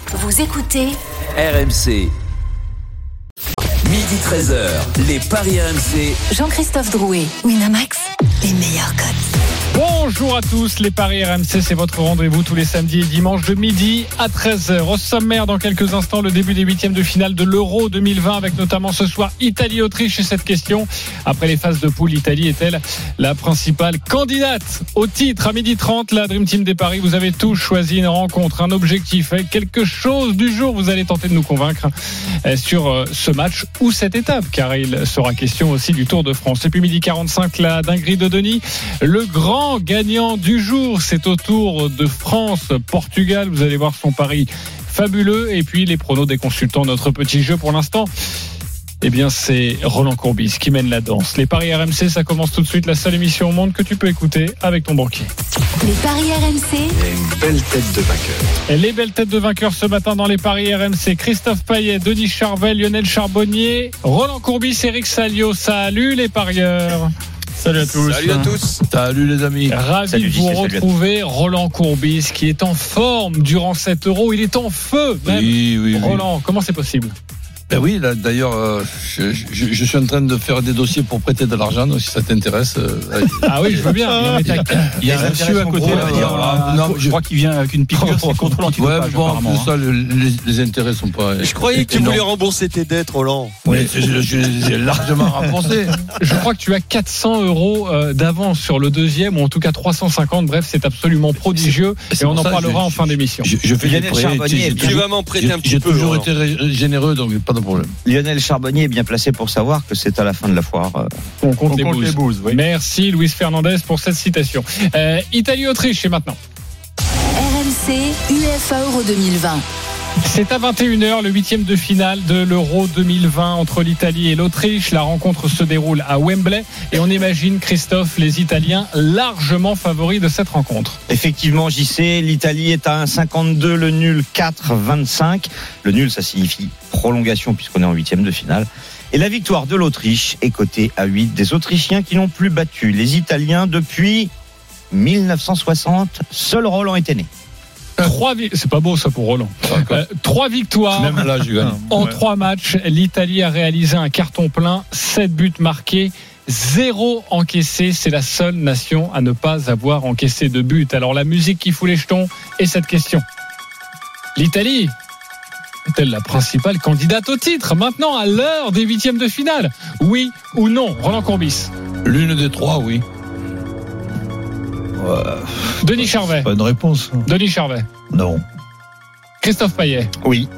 Vous écoutez RMC. Midi 13h, les Paris RMC. Jean-Christophe Drouet, Winamax, les meilleurs codes. Bonjour à tous, les Paris RMC, c'est votre rendez-vous tous les samedis et dimanches de midi à 13h. Au sommaire, dans quelques instants, le début des huitièmes de finale de l'Euro 2020 avec notamment ce soir Italie-Autriche. Et cette question, après les phases de poule, l'Italie est-elle la principale candidate au titre? À 12h30, la Dream Team des Paris, vous avez tous choisi une rencontre, un objectif, quelque chose du jour. Vous allez tenter de nous convaincre sur ce match ou cette étape, car il sera question aussi du Tour de France. Et puis 12h45, la dinguerie de Denis, le grand gagnant du jour, c'est au Tour de France-Portugal. Vous allez voir son pari fabuleux. Et puis les pronos des consultants, notre petit jeu pour l'instant. Eh bien, c'est Roland Courbis qui mène la danse. Les paris RMC, ça commence tout de suite. La seule émission au monde que tu peux écouter avec ton banquier. Les paris RMC. Il y a une belle tête de vainqueur. Et les belles têtes de vainqueurs ce matin dans les paris RMC. Christophe Payet, Denis Charvet, Lionel Charbonnier, Roland Courbis, Eric Salio. Salut les parieurs. Salut à tous. Salut à tous. Salut les amis. Ravi de vous retrouver. Roland Courbis qui est en forme durant cet Euro. Il est en feu même. Oui. Roland, comment c'est possible? Ben oui, là, d'ailleurs, je suis en train de faire des dossiers pour prêter de l'argent, donc si ça t'intéresse. Ah oui, je veux bien. Il y a un monsieur à côté là. Non, je crois qu'il vient avec une piqûre, c'est contrôle antidopage. Ouais, mais bon, apparemment. Ça, les intérêts sont pas. Je croyais que tu voulais rembourser tes dettes, Roland. Oui, j'ai largement remboursé. Je crois que tu as 400 € d'avance sur le deuxième, ou en tout cas 350. Bref, c'est absolument prodigieux. Et on en parlera en fin d'émission. Je fais des prêts. Tu vas m'en prêter un petit J'ai peu. toujours Roland. été généreux, donc pas de problème. Lionel Charbonnier est bien placé pour savoir que c'est à la fin de la foire. On compte les bouses. bouses, oui. Merci Luis Fernandez pour cette citation. Italie-Autriche, c'est maintenant. RMC, UEFA Euro 2020. C'est à 21h, le huitième de finale de l'Euro 2020 entre l'Italie et l'Autriche. La rencontre se déroule à Wembley et on imagine, Christophe, les Italiens largement favoris de cette rencontre. Effectivement, JC, l'Italie est à 1,52, le nul 4,25. Le nul, ça signifie prolongation puisqu'on est en huitième de finale. Et la victoire de l'Autriche est cotée à 8. Des Autrichiens qui n'ont plus battu les Italiens depuis 1960. Seul Roland était né. C'est pas beau ça pour Roland. 3 victoires. Même là, je gagne. En 3 matchs, l'Italie a réalisé un carton plein, 7 buts marqués, 0 encaissé. C'est la seule nation à ne pas avoir encaissé de but. Alors la musique qui fout les jetons est cette question. L'Italie est-elle la principale candidate au titre maintenant à l'heure des huitièmes de finale? Oui ou non? Roland Courbis. L'une des trois, oui. Denis Charvet. Pas une réponse. Denis Charvet. Non. Christophe Payet. Oui.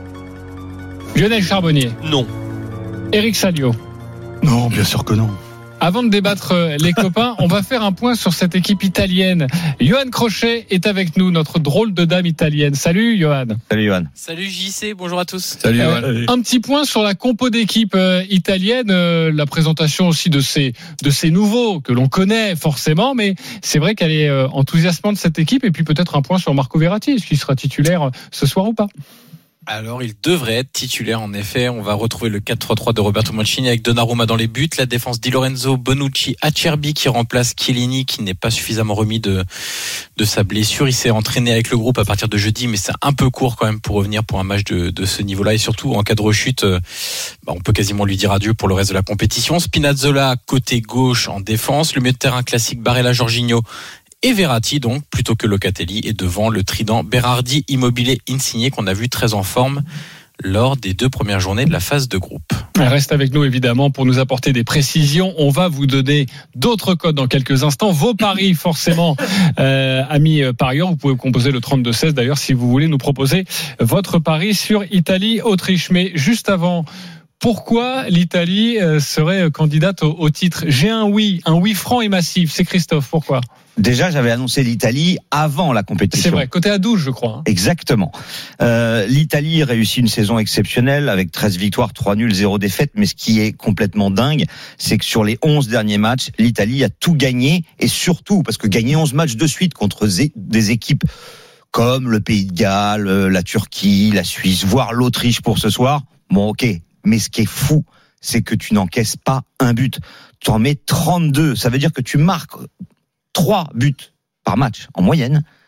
Lionel Charbonnier. Non. Eric Salio. Non, bien sûr que non. Avant de débattre les copains, on va faire un point sur cette équipe italienne. Johan Crochet est avec nous, notre drôle de dame italienne. Salut Johan. Salut Johan. Salut JC, bonjour à tous. Salut Johan. Un petit point sur la compo d'équipe italienne, la présentation aussi de ces nouveaux que l'on connaît forcément, mais c'est vrai qu'elle est enthousiasmante cette équipe. Et puis peut-être un point sur Marco Verratti, est-ce qu'il sera titulaire ce soir ou pas? Alors, il devrait être titulaire, en effet. On va retrouver le 4-3-3 de Roberto Mancini avec Donnarumma dans les buts. La défense Di Lorenzo, Bonucci, Acerbi qui remplace Chiellini, qui n'est pas suffisamment remis de sa blessure. Il s'est entraîné avec le groupe à partir de jeudi, mais c'est un peu court quand même pour revenir pour un match de ce niveau-là. Et surtout, en cas de rechute, on peut quasiment lui dire adieu pour le reste de la compétition. Spinazzola, côté gauche en défense. Le milieu de terrain classique, Barella, Jorginho et Verratti, donc, plutôt que Locatelli, et devant le trident Berardi, Immobile, Insigne, qu'on a vu très en forme lors des 2 premières journées de la phase de groupe. Reste avec nous évidemment pour nous apporter des précisions. On va vous donner d'autres codes dans quelques instants. Vos paris forcément, amis parieurs. Vous pouvez composer le 32-16 d'ailleurs si vous voulez nous proposer votre pari sur Italie-Autriche. Mais juste avant, pourquoi l'Italie serait candidate au titre? J'ai un oui franc et massif. C'est Christophe, pourquoi? Déjà, j'avais annoncé l'Italie avant la compétition. C'est vrai, côté à 12, je crois. Exactement. L'Italie réussit une saison exceptionnelle avec 13 victoires, 3 nuls, 0 défaites. Mais ce qui est complètement dingue, c'est que sur les 11 derniers matchs, l'Italie a tout gagné. Et surtout, parce que gagner 11 matchs de suite contre des équipes comme le Pays de Galles, la Turquie, la Suisse, voire l'Autriche pour ce soir, bon ok. Mais ce qui est fou, c'est que tu n'encaisses pas un but. Tu en mets 32. Ça veut dire que tu marques 3 buts par match en moyenne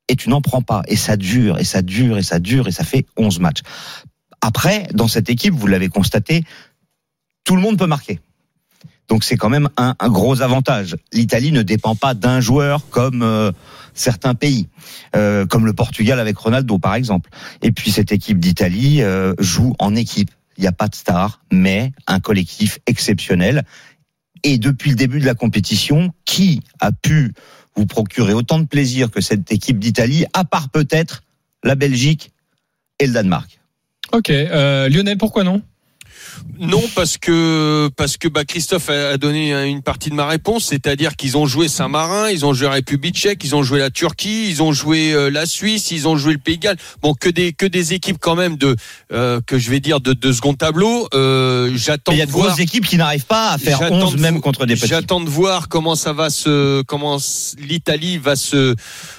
et tu n'en prends pas. Et ça dure, et ça dure, et ça dure, et ça fait 11 matchs. Après, dans cette équipe, vous l'avez constaté, tout le monde peut marquer. Donc c'est quand même un gros avantage. L'Italie ne dépend pas d'un joueur comme certains pays, comme le Portugal avec Ronaldo par exemple. Et puis cette équipe d'Italie joue en équipe. Il n'y a pas de star, mais un collectif exceptionnel. Et depuis le début de la compétition, qui a pu vous procurer autant de plaisir que cette équipe d'Italie, à part peut-être la Belgique et le Danemark? Ok, Lionel, pourquoi non? Non, parce que Christophe a donné une partie de ma réponse, c'est-à-dire qu'ils ont joué Saint-Marin, ils ont joué la République tchèque, ils ont joué la Turquie, ils ont joué la Suisse, ils ont joué le Pays de Galles. Bon, que des équipes quand même de second tableau. J'attends. Il y a de grosses équipes qui n'arrivent pas à faire 11 même contre des petits. J'attends de voir comment l'Italie va se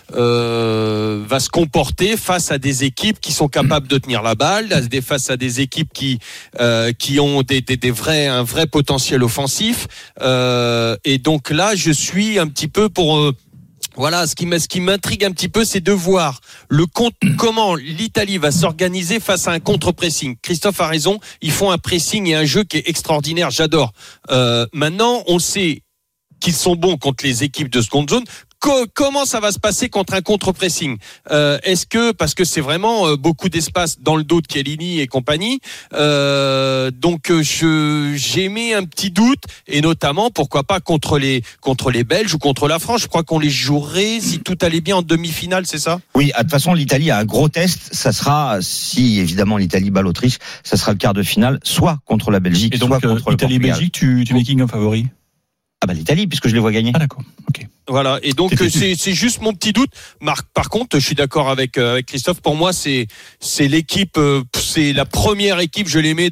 comporter face à des équipes qui sont capables de tenir la balle, face à des équipes qui ont un vrai potentiel offensif. Et donc là, je suis un petit peu pour voilà, ce qui m'intrigue un petit peu, c'est de voir comment l'Italie va s'organiser face à un contre-pressing. Christophe a raison, ils font un pressing et un jeu qui est extraordinaire, j'adore. Maintenant, on sait qu'ils sont bons contre les équipes de seconde zone. Comment ça va se passer contre un contre-pressing? Parce que c'est vraiment beaucoup d'espace dans le dos de Chiellini et compagnie. Donc j'ai mis un petit doute, et notamment pourquoi pas contre les Belges ou contre la France. Je crois qu'on les jouerait si tout allait bien en demi-finale, c'est ça? Oui, de toute façon l'Italie a un gros test. Ça sera, si évidemment l'Italie bat l'Autriche, ça sera le quart de finale, soit contre la Belgique, et donc, soit contre le Portugal. Italie-Belgique, tu mets qui comme favori? Ah bah l'Italie, puisque je les vois gagner. Ah d'accord, ok. Voilà, et donc c'est juste mon petit doute. Par contre, je suis d'accord avec Christophe. Pour moi, c'est l'équipe, c'est la première équipe. Je les mets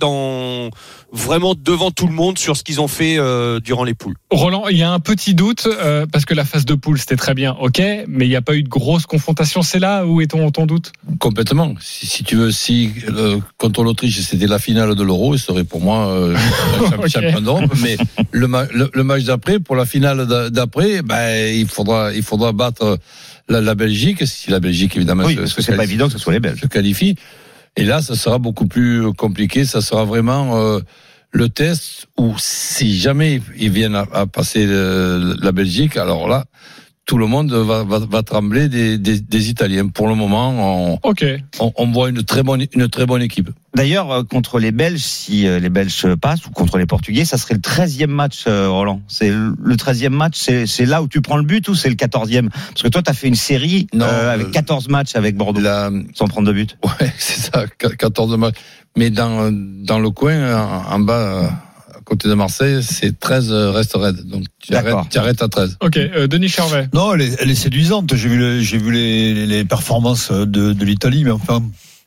vraiment devant tout le monde sur ce qu'ils ont fait durant les poules. Roland, il y a un petit doute parce que la phase de poule c'était très bien, ok, mais il n'y a pas eu de grosse confrontation. C'est là où est ton doute? Complètement. Si tu veux, contre l'Autriche c'était la finale de l'Euro, il serait pour moi champion d'Europe. Mais le match d'après, pour la finale d'après, il faudra battre la Belgique, si la Belgique évidemment parce que c'est pas évident que ce soit les Belges se qualifie. Et là, ça sera beaucoup plus compliqué. Ça sera vraiment le test où si jamais ils viennent à passer la Belgique, alors là, tout le monde va trembler des Italiens. Pour le moment, on voit une très bonne équipe. D'ailleurs, contre les Belges, si les Belges passent, ou contre les Portugais, ça serait le 13e match, Roland. C'est le 13e match, c'est là où tu prends le but, ou c'est le 14e? Parce que toi, t'as fait une série avec 14 matchs avec Bordeaux, sans prendre de but. Ouais, c'est ça, 14 matchs. Mais dans le coin, en bas, à côté de Marseille, c'est 13 reste raide. Donc tu arrêtes à 13. Ok, Denis Charvet. Non, elle est séduisante. J'ai vu les performances de l'Italie, mais enfin,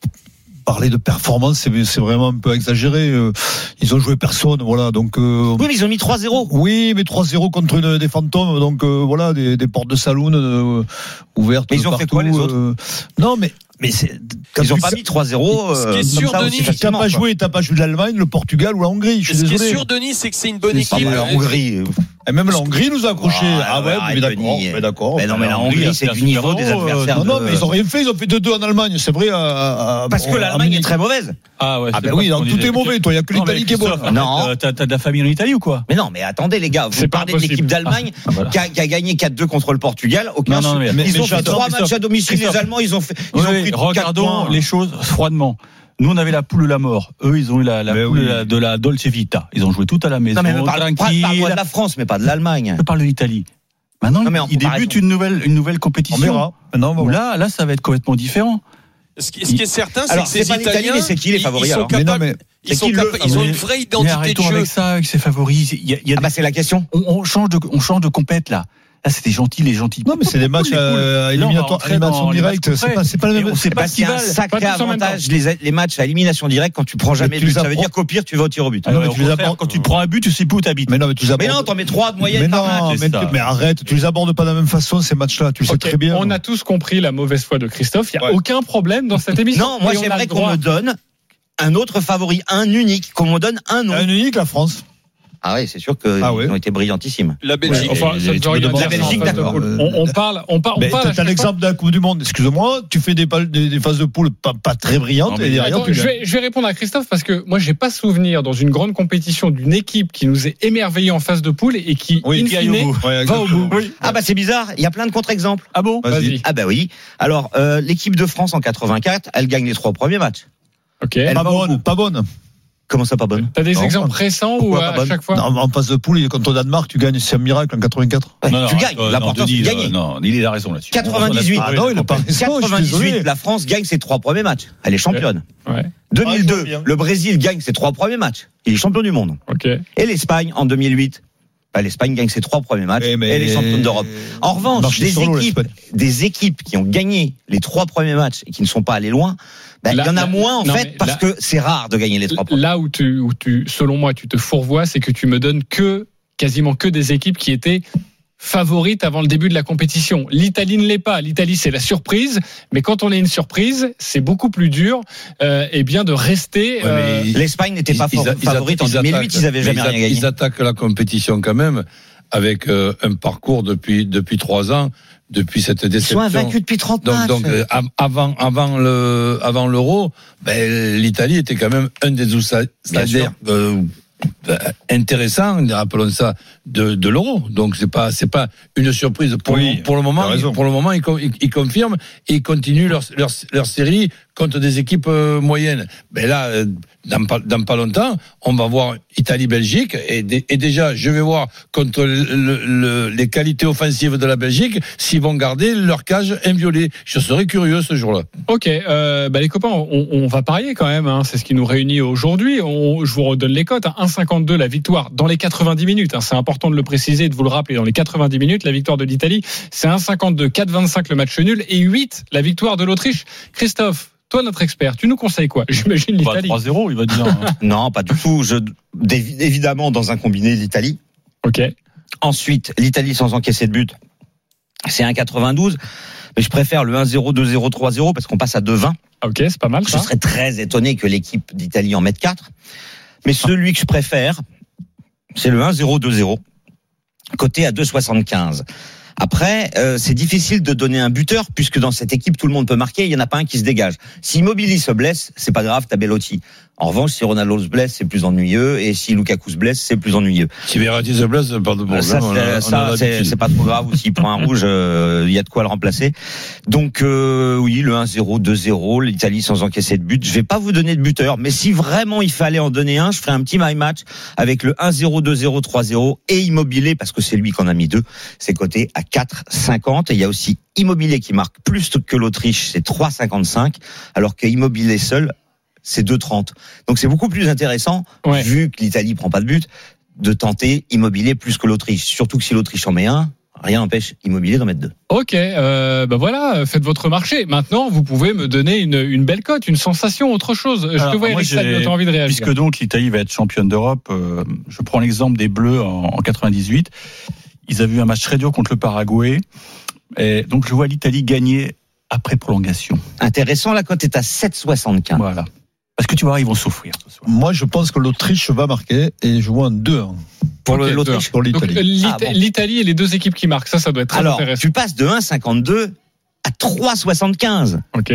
parler de performance, c'est vraiment un peu exagéré. Ils ont joué personne, voilà. Donc oui, mais ils ont mis 3-0. Oui, mais 3-0 contre des fantômes. Donc voilà, des portes de saloon ouvertes. Mais ils ont fait quoi les autres? Non, mais ils n'ont pas mis 3-0. Ce qui est sûr, Denis, t'as pas joué l'Allemagne, le Portugal ou la Hongrie. Ce qui est sûr, Denis, c'est que c'est une bonne équipe. La Hongrie. Et même la Hongrie nous a accrochés. Mais d'accord. Mais non, mais la Hongrie, c'est du niveau des adversaires. Non, mais ils ont rien fait. Ils ont fait 2-2 en Allemagne. C'est vrai. Parce que l'Allemagne est très mauvaise. Ah ouais. Oui, tout est mauvais. Toi, il y a que l'Italie qui est bonne. Non. T'as de la famille en Italie ou quoi? Mais non, mais attendez les gars, vous parlez de l'équipe d'Allemagne qui a gagné 4-2 contre le Portugal. Ils ont fait 3 matchs à domicile. Les Allemands, ils ont pris 4 points. Les choses froidement. Nous, on avait la poule de la mort. Eux, ils ont eu la poule de la Dolce Vita. Ils ont joué tout à la maison. Non, mais parle-moi de la France, mais pas de l'Allemagne. Je parle de l'Italie. Maintenant, ils débutent une nouvelle compétition. On verra. Là, ça va être complètement différent. Ce qui est certain, c'est que ces Italiens, c'est qui les favoris? Ils ont une vraie identité de jeu. Avec ça, avec ses favoris. C'est la question. On change de compète là. Là, c'était gentil, les gentils. Non, mais c'est des matchs à élimination directe. C'est pas le même. C'est pas un sacré avantage, les matchs à élimination directe, quand tu prends jamais de but. Ça veut dire qu'au pire, tu vas au tir au but. Quand tu prends un but, tu sais plus où t'habites. Mais non, t'en mets 3 de moyenne par match. Mais arrête, tu les abordes pas de la même façon, ces matchs-là. Tu le sais très bien. On a tous compris la mauvaise foi de Christophe. Il n'y a aucun problème dans cette émission. Non, moi, j'aimerais qu'on me donne un autre favori, un unique, qu'on me donne un nom. Un unique, la France. Ah oui, c'est sûr qu'ils ont été brillantissimes. La Belgique. Enfin, ça veut rien dire, la Belgique, d'accord. On parle. T'as l'exemple de la Coupe du Monde. Excuse-moi, tu fais des phases de poule pas très brillantes. Non, et derrière, attends, je vais répondre à Christophe parce que moi, j'ai pas souvenir dans une grande compétition d'une équipe qui nous est émerveillée en phase de poule et qui, in fine, va au bout. Oui. Ah bah c'est bizarre, il y a plein de contre-exemples. Ah bon? Vas-y. Ah bah oui. Alors, l'équipe de France en 84, elle gagne les 3 premiers matchs. Ok. Pas bonne. Comment ça, pas bonne? T'as des Non, exemples récents ou pourquoi pas à bonne? chaque fois? Non, en phase de poule, contre le Danemark, tu gagnes, c'est un miracle en 84. Ouais, tu gagnes. L'important, c'est de gagner. Non, il a raison là-dessus. 98. Ah non, il a pas raison. je suis désolé. 98, la France gagne ses 3 premiers matchs. Elle est championne. Ouais. 2002, bien. le Brésil gagne ses 3 premiers matchs. Il est champion du monde. Ok. Et l'Espagne, en 2008, l'Espagne gagne ses 3 premiers matchs. Elle est championne d'Europe. En revanche, des équipes qui ont gagné les 3 premiers matchs et qui ne sont pas allées loin, il y en a moins en fait parce que c'est rare de gagner les 3 premiers. Là où tu, selon moi, tu te fourvoies, c'est que tu me donnes quasiment que des équipes qui étaient favorites avant le début de la compétition. L'Italie ne l'est pas. L'Italie, c'est la surprise. Mais quand on est une surprise, c'est beaucoup plus dur, de rester. L'Espagne n'était pas favorite en 2008. Ils avaient jamais rien gagné. Ils attaquent la compétition quand même avec un parcours depuis 3 ans. Depuis cette déception. Ils sont invaincus depuis 30 matchs. Donc avant l'Euro, l'Italie était quand même un des outsiders intéressant, rappelons ça, de l'Euro. Donc c'est pas une surprise pour le moment. Pour le moment, ils confirment et ils continuent leur série contre des équipes moyennes. Mais là, dans pas longtemps, on va voir Italie-Belgique et déjà, je vais voir contre les qualités offensives de la Belgique s'ils vont garder leur cage inviolée. Je serais curieux ce jour-là. Ok, les copains, on va parier quand même. C'est ce qui nous réunit aujourd'hui. Je vous redonne les cotes. 1,52 la victoire dans les 90 minutes. C'est important de le préciser et de vous le rappeler. Dans les 90 minutes, la victoire de l'Italie, c'est 1,52, 4,25 le match nul et 8 la victoire de l'Autriche. Christophe, toi, notre expert, tu nous conseilles quoi? J'imagine l'Italie. 3-0, il va dire. Non, pas du tout. Évidemment, dans un combiné, l'Italie. Ok. Ensuite, l'Italie sans encaisser de but, c'est 1,92. Mais je préfère le 1-0, 2-0, 3-0 parce qu'on passe à 2-20. Ok, c'est pas mal ça. Je serais très étonné que l'équipe d'Italie en mette 4. Mais celui que je préfère, c'est le 1-0, 2-0, coté à 2,75. Après, c'est difficile de donner un buteur puisque dans cette équipe tout le monde peut marquer, il y en a pas un qui se dégage. Si Immobile se blesse, c'est pas grave, t'as Belotti. En revanche, si Ronaldo se blesse, c'est plus ennuyeux et si Lukaku se blesse, c'est plus ennuyeux. Si Verratti se blesse, pardon. C'est pas trop grave ou s'il prend un rouge, il y a de quoi le remplacer. Donc oui, le 1-0, 2-0, l'Italie sans encaisser de but. Je vais pas vous donner de buteur, mais si vraiment il fallait en donner un, je ferais un petit my match avec le 1-0, 2-0, 3-0 et Immobile parce que c'est lui qu'on a mis 2. C'est coté à 4,50 et il y a aussi Immobile qui marque plus que l'Autriche, c'est 3,55 alors que Immobile seul c'est 2,30. Donc c'est beaucoup plus intéressant, vu que l'Italie prend pas de but, de tenter Immobile plus que l'Autriche. Surtout que si l'Autriche en met un, rien n'empêche Immobile d'en mettre 2. Ok, voilà, faites votre marché. Maintenant, vous pouvez me donner une belle cote, une sensation, autre chose. Je te vois, Eric Salio, tu as envie de réagir. Puisque donc l'Italie va être championne d'Europe, je prends l'exemple des Bleus en 98. Ils avaient eu un match très dur contre le Paraguay. Et donc je vois l'Italie gagner après prolongation. Intéressant, la cote est à 7,75. Voilà. Parce que tu vois, ils vont souffrir ce soir. Moi, je pense que l'Autriche va marquer et je vois un 2-1. Pour l'Autriche, pour l'Italie. Donc, l'Italie et les deux équipes qui marquent, ça doit être très intéressant. Alors, tu passes de 1,52 à 3,75. Ok.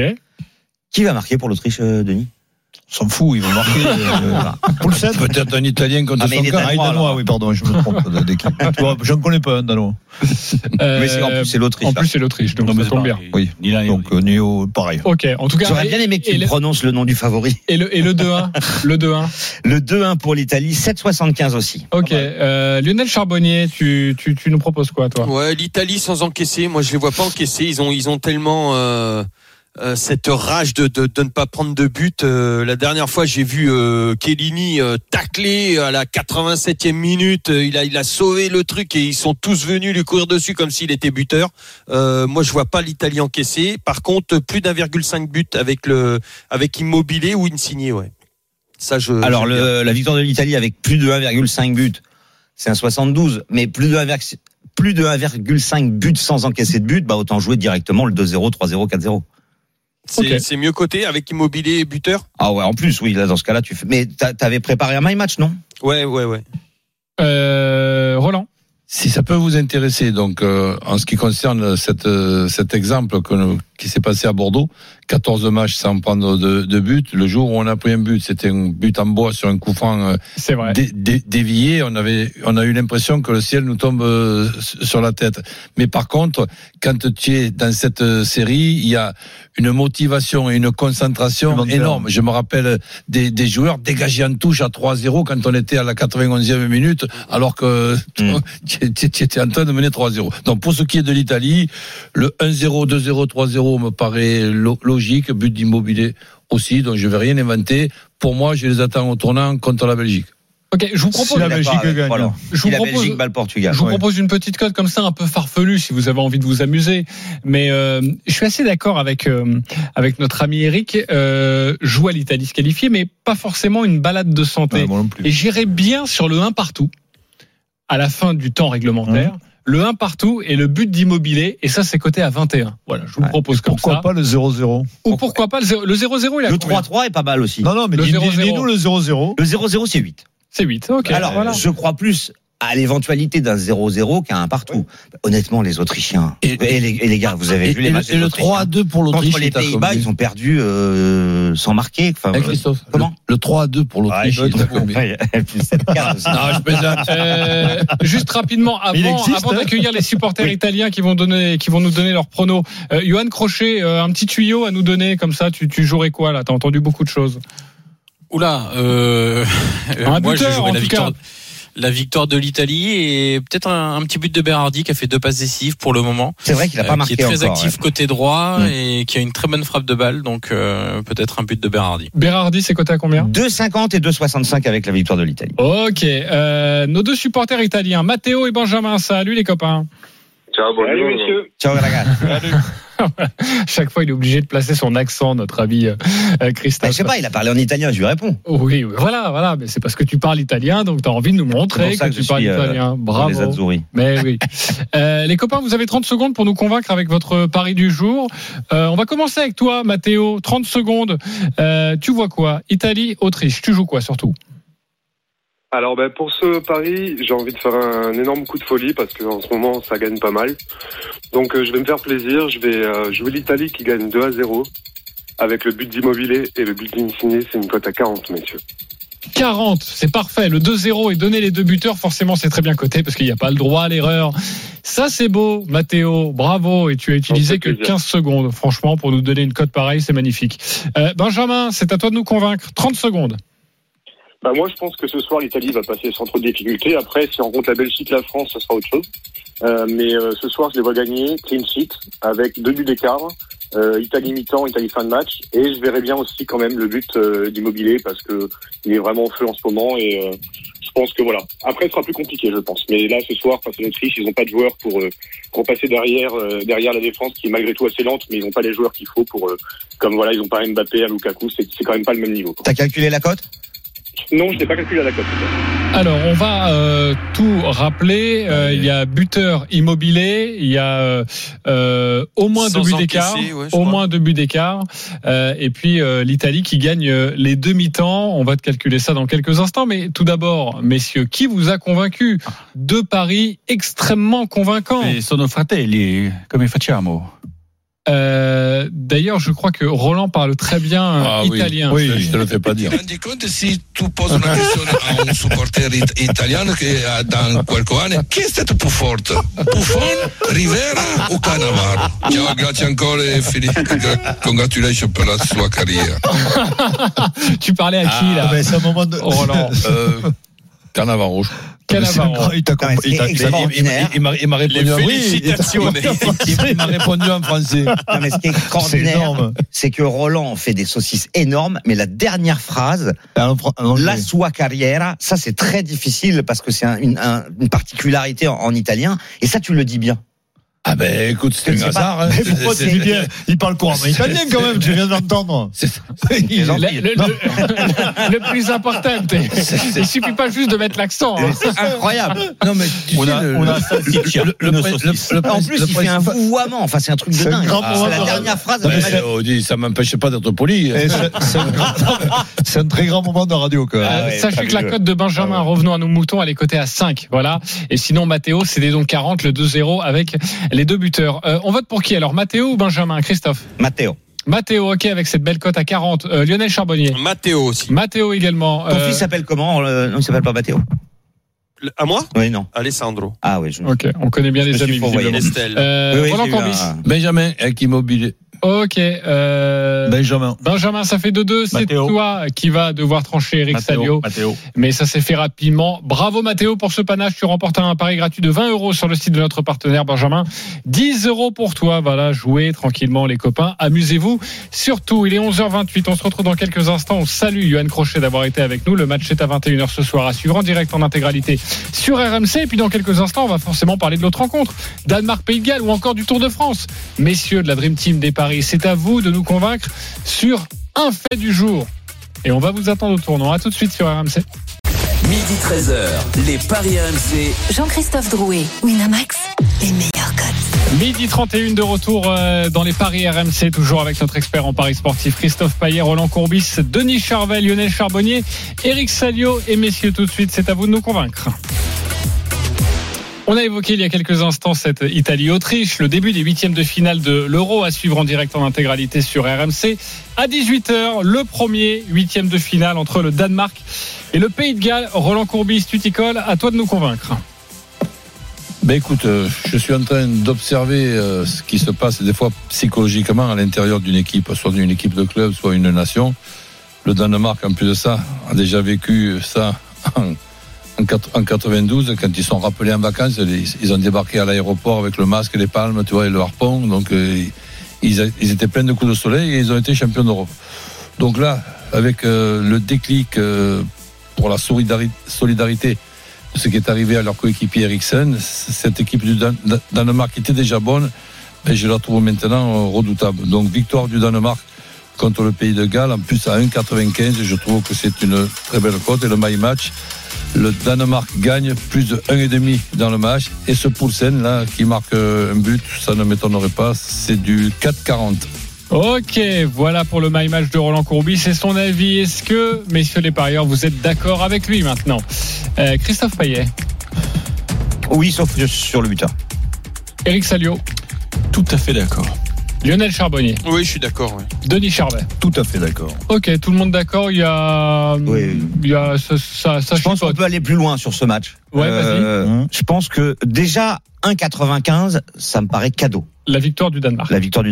Qui va marquer pour l'Autriche, Denis? On s'en fout, ils vont marquer. Pour le 7. Peut-être un Italien contre son camp. Un Danois, oui, pardon, je me trompe d'équipe. Je ne connais pas un Danois. Mais en plus, c'est l'Autriche. En plus, c'est l'Autriche, donc ça tombe bien. Oui, donc Néo, pareil. Ok, en tout cas. J'aurais bien aimé que tu prononces le nom du favori. Et le 2-1 Le 2-1 Le 2-1 pour l'Italie, 7,75 aussi. Ok, Lionel Charbonnier, tu nous proposes quoi, toi? Ouais, l'Italie sans encaisser, moi je les vois pas encaisser, ils ont tellement cette rage de ne pas prendre de but. La dernière fois, j'ai vu Chiellini tacler à la 87e minute. Il a sauvé le truc et ils sont tous venus lui courir dessus comme s'il était buteur. Moi, je vois pas l'Italie encaisser. Par contre, plus d'1,5 but avec Immobile ou Insigne, ouais. Ça, alors la victoire de l'Italie avec plus de 1,5 but, c'est un 72, mais plus de 1,5 but sans encaisser de but, autant jouer directement le 2-0, 3-0, 4-0. C'est mieux coté avec Immobile et buteur. Ah ouais, en plus, oui, là, dans ce cas-là, tu fais. Mais t'avais préparé un my match, non? Ouais. Roland. Si ça peut vous intéresser, donc en ce qui concerne cet exemple qui s'est passé à Bordeaux, 14 matchs sans prendre de but. Le jour où on a pris un but, c'était un but en bois sur un coup franc dévié. On a eu l'impression que le ciel nous tombe sur la tête. Mais par contre, quand tu es dans cette série, il y a une motivation et une concentration énorme. Je me rappelle des joueurs dégagés en touche à 3-0 quand on était à la 91e minute, alors que tu étais en train de mener 3-0. Donc pour ce qui est de l'Italie, le 1-0, 2-0, 3-0 me paraît logique, but d'Immobilier aussi, donc je ne vais rien inventer. Pour moi, je les attends au tournant contre la Belgique. Ok, je vous propose si la Belgique gagne. Voilà. Si la Belgique bat le Portugal. Je vous propose une petite cote comme ça, un peu farfelue, si vous avez envie de vous amuser. Mais je suis assez d'accord avec notre ami Eric. Joue à l'Italie se qualifier, mais pas forcément une balade de santé. Moi non plus. Et j'irai bien sur le 1 partout à la fin du temps réglementaire. Le 1 partout et le but d'Immobilier, et ça c'est coté à 21. Voilà, je vous propose comme pourquoi ça. Pourquoi pas le 0-0 Ou pourquoi pas le 0-0, il a le combien? 3-3 est pas mal aussi. Non, mais le 0-0. dis-nous le 0-0. Le 0-0 c'est 8. C'est 8, ok. Alors, voilà. je crois plus à l'éventualité d'un 0-0 qu'à un partout. Honnêtement, les Autrichiens et les gars, vous avez vu les matchs. Et le 3-2 pour l'Autriche. Contre les Pays-Bas, ils ont perdu sans marquer. Enfin, Christophe, comment le 3-2 pour l'Autriche. je plaisante. Juste rapidement, avant d'accueillir les supporters italiens qui vont nous donner leurs pronos. Johan Crochet, un petit tuyau à nous donner comme ça. Tu jouerais quoi là? T'as entendu beaucoup de choses. Oula, moi je jouerais la victoire de l'Italie et peut-être un petit but de Berardi qui a fait 2 passes décisives pour le moment. C'est vrai qu'il a pas marqué qui est très encore, actif côté droit et qui a une très bonne frappe de balle, donc peut-être un but de Berardi. Berardi, c'est coté à combien? 2,50 et 2,65 avec la victoire de l'Italie. Ok, nos 2 supporters italiens, Matteo et Benjamin. Salut les copains. Ciao, bonjour. Salut messieurs. Ciao ragazzi. Chaque fois, il est obligé de placer son accent, notre ami Christophe. Je sais pas, il a parlé en italien, je lui réponds. Oui, voilà, mais c'est parce que tu parles italien, donc tu as envie de nous montrer que tu parles italien. Bravo. Les Azzurri. Mais oui. Les copains, vous avez 30 secondes pour nous convaincre avec votre pari du jour. On va commencer avec toi, Matteo. 30 secondes. Tu vois quoi? Italie, Autriche. Tu joues quoi surtout? Alors pour ce pari, j'ai envie de faire un énorme coup de folie parce qu'en ce moment ça gagne pas mal. Donc je vais me faire plaisir, je vais jouer l'Italie qui gagne 2-0 avec le but d'Immobilier et le but d'Insigne, c'est une cote à 40 messieurs. 40, c'est parfait. Le 2-0 et donner les 2 buteurs, forcément c'est très bien coté parce qu'il n'y a pas le droit à l'erreur. Ça c'est beau, Matteo, bravo. Et tu as utilisé que 15 secondes, franchement, pour nous donner une cote pareille, c'est magnifique. Benjamin, c'est à toi de nous convaincre. 30 secondes. Moi, je pense que ce soir, l'Italie va passer sans trop de difficultés. Après, si on rencontre la Belgique, la France, ce sera autre chose. Mais ce soir, je les vois gagner, clean sheet, avec 2 buts d'écart. Italie mi-temps, Italie fin de match. Et je verrai bien aussi quand même le but d'Immobilier parce que il est vraiment au feu en ce moment. Et je pense que voilà. Après, ce sera plus compliqué, je pense. Mais là, ce soir, face à l'Autriche, ils n'ont pas de joueurs pour passer derrière la défense qui est malgré tout assez lente, mais ils n'ont pas les joueurs qu'il faut pour comme voilà, ils n'ont pas Mbappé, à Lukaku. C'est quand même pas le même niveau. T'as calculé la cote? Non, je n'ai pas calculé la cote. Alors, on va tout rappeler. Il y a buteur Immobilier, il y a au moins 2 buts d'écart, moins 2 buts d'écart, et puis l'Italie qui gagne les demi-temps. On va te calculer ça dans quelques instants, mais tout d'abord, messieurs, qui vous a convaincu? 2 paris extrêmement convaincants. Sono fratelli, come facciamo? D'ailleurs, je crois que Roland parle très bien italien. Oui, je te le fais pas dire. Tu te rends compte si tu poses una questione a un supporter italiano che dans qualche anno, chi è stato più forte? Buffon, Rivera o Cannavaro? Ciao, grazie ancora e congratulations per la sua carriera. Tu parlais à qui là? C'est un moment de Roland. Cannavaro. Cannavaro. Il m'a répondu il m'a répondu en français. Non, mais ce qui est extraordinaire, c'est que Roland fait des saucisses énormes, mais la dernière phrase, la sua carriera, ça c'est très difficile parce que c'est une particularité en italien, et ça tu le dis bien. Ah ben écoute, c'est un hasard. Hein. Pourquoi tu dis bien? Il parle couramment italien quand même, tu viens d'entendre. Le plus important, il suffit pas juste de mettre l'accent. Hein. C'est incroyable. Non mais on a ça qui tient. En plus, il fait un vouvoiement. Enfin, c'est un truc de dingue. C'est la dernière phrase. Ça m'empêche pas d'être poli. C'est un très grand moment de radio, quand même. Sachez que la cote de Benjamin, revenons à nos moutons, elle est cotée à 5. Voilà. Et sinon, Mathéo, c'était donc 40, le 2-0 avec les deux buteurs. On vote pour qui alors, Mathéo ou Benjamin? Christophe? Mathéo, ok, avec cette belle cote à 40. Lionel Charbonnier? Mathéo aussi. Mathéo également. Ton fils s'appelle comment? Non, il s'appelle pas Mathéo. À moi? Oui, non. Alessandro. Ah oui. Ok, on connaît bien les amis. Estelle. Roland Courbis. Benjamin, avec Immobilier. Ok. Benjamin, ça fait 2-2. C'est toi qui va devoir trancher, Eric Salio. Mais ça s'est fait rapidement. Bravo Mathéo pour ce panache. Tu remportes un pari gratuit de 20 € sur le site de notre partenaire Benjamin. 10 € pour toi. Voilà, jouez tranquillement les copains. Amusez-vous. Surtout, il est 11h28. On se retrouve dans quelques instants. On salue Yoann Crochet d'avoir été avec nous. Le match est à 21h ce soir à suivre en direct en intégralité sur RMC. Et puis dans quelques instants, on va forcément parler de l'autre rencontre. Danemark-Pays de Galles ou encore du Tour de France. Messieurs de la Dream Team des paris, c'est à vous de nous convaincre sur un fait du jour. Et on va vous attendre au tournant. À tout de suite sur RMC. Midi 13h, les paris RMC. Jean-Christophe Drouet, Winamax, les meilleurs cotes. Midi 31 de retour dans les paris RMC, toujours avec notre expert en paris sportif Christophe Payet, Roland Courbis, Denis Charvet, Lionel Charbonnier, Eric Salio. Et messieurs, tout de suite, c'est à vous de nous convaincre. On a évoqué il y a quelques instants cette Italie-Autriche, le début des huitièmes de finale de l'Euro à suivre en direct en intégralité sur RMC. À 18h, le premier huitième de finale entre le Danemark et le Pays de Galles. Roland Courbis, tu t'y colles, à toi de nous convaincre. Écoute, je suis en train d'observer ce qui se passe des fois psychologiquement à l'intérieur d'une équipe, soit une équipe de club, soit une nation. Le Danemark, en plus de ça, a déjà vécu ça en 92, quand ils sont rappelés en vacances, ils ont débarqué à l'aéroport avec le masque, les palmes, tu vois, et le harpon. Donc, ils étaient pleins de coups de soleil et ils ont été champions d'Europe. Donc là, avec le déclic pour la solidarité de ce qui est arrivé à leur coéquipier Eriksen, cette équipe du Danemark était déjà bonne, mais je la trouve maintenant redoutable. Donc, victoire du Danemark contre le Pays de Galles, en plus à 1,95, je trouve que c'est une très belle cote. Et le my match, le Danemark gagne plus de 1,5 dans le match. Et ce Poulsen là qui marque un but, ça ne m'étonnerait pas, c'est du 4,40. Ok, voilà pour le my match de Roland Courbis, c'est son avis. Est-ce que, messieurs les parieurs, vous êtes d'accord avec lui maintenant? Christophe Payet? Oui, sauf sur le buteur. Eric Salio? Tout à fait d'accord. Lionel Charbonnier? Oui, je suis d'accord. Oui. Denis Charvet? Tout à fait d'accord. Ok, tout le monde d'accord. Il y a ça. Je pense qu'on peut aller plus loin sur ce match. Ouais, vas-y. Je pense que déjà 1,95, ça me paraît cadeau. La victoire du Danemark.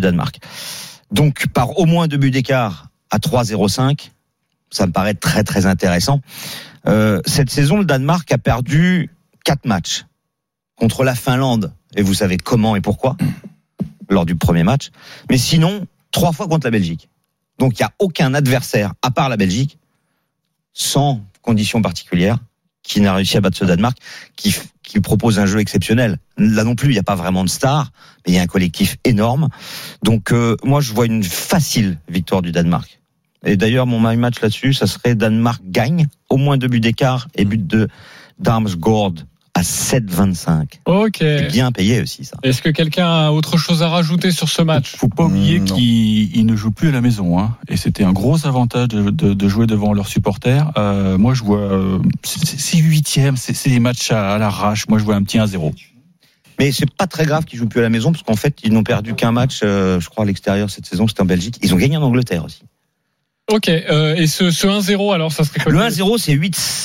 Donc par au moins 2 buts d'écart à 3,05, ça me paraît très très intéressant. Cette saison, le Danemark a perdu 4 matchs contre la Finlande, et vous savez comment et pourquoi, lors du premier match, mais sinon 3 fois contre la Belgique. Donc il n'y a aucun adversaire, à part la Belgique, sans conditions particulières, qui n'a réussi à battre ce Danemark, qui propose un jeu exceptionnel. Là non plus, il n'y a pas vraiment de star, mais il y a un collectif énorme. Donc moi je vois une facile victoire du Danemark. Et d'ailleurs mon my match là-dessus, ça serait Danemark gagne, au moins 2 buts d'écart et but de Damsgaard à 7,25. Ok. C'est bien payé aussi, ça. Est-ce que quelqu'un a autre chose à rajouter sur ce match? Faut pas oublier qu'ils ne jouent plus à la maison, hein. Et c'était un gros avantage de jouer devant leurs supporters. Moi, je vois, c'est huitième, c'est des matchs à l'arrache. Moi, je vois un petit 1-0. Mais c'est pas très grave qu'ils jouent plus à la maison, parce qu'en fait, ils n'ont perdu qu'un match, je crois, à l'extérieur cette saison, c'était en Belgique. Ils ont gagné en Angleterre aussi. Ok, et ce 1-0 alors, ça serait quoi? Le 1-0 c'est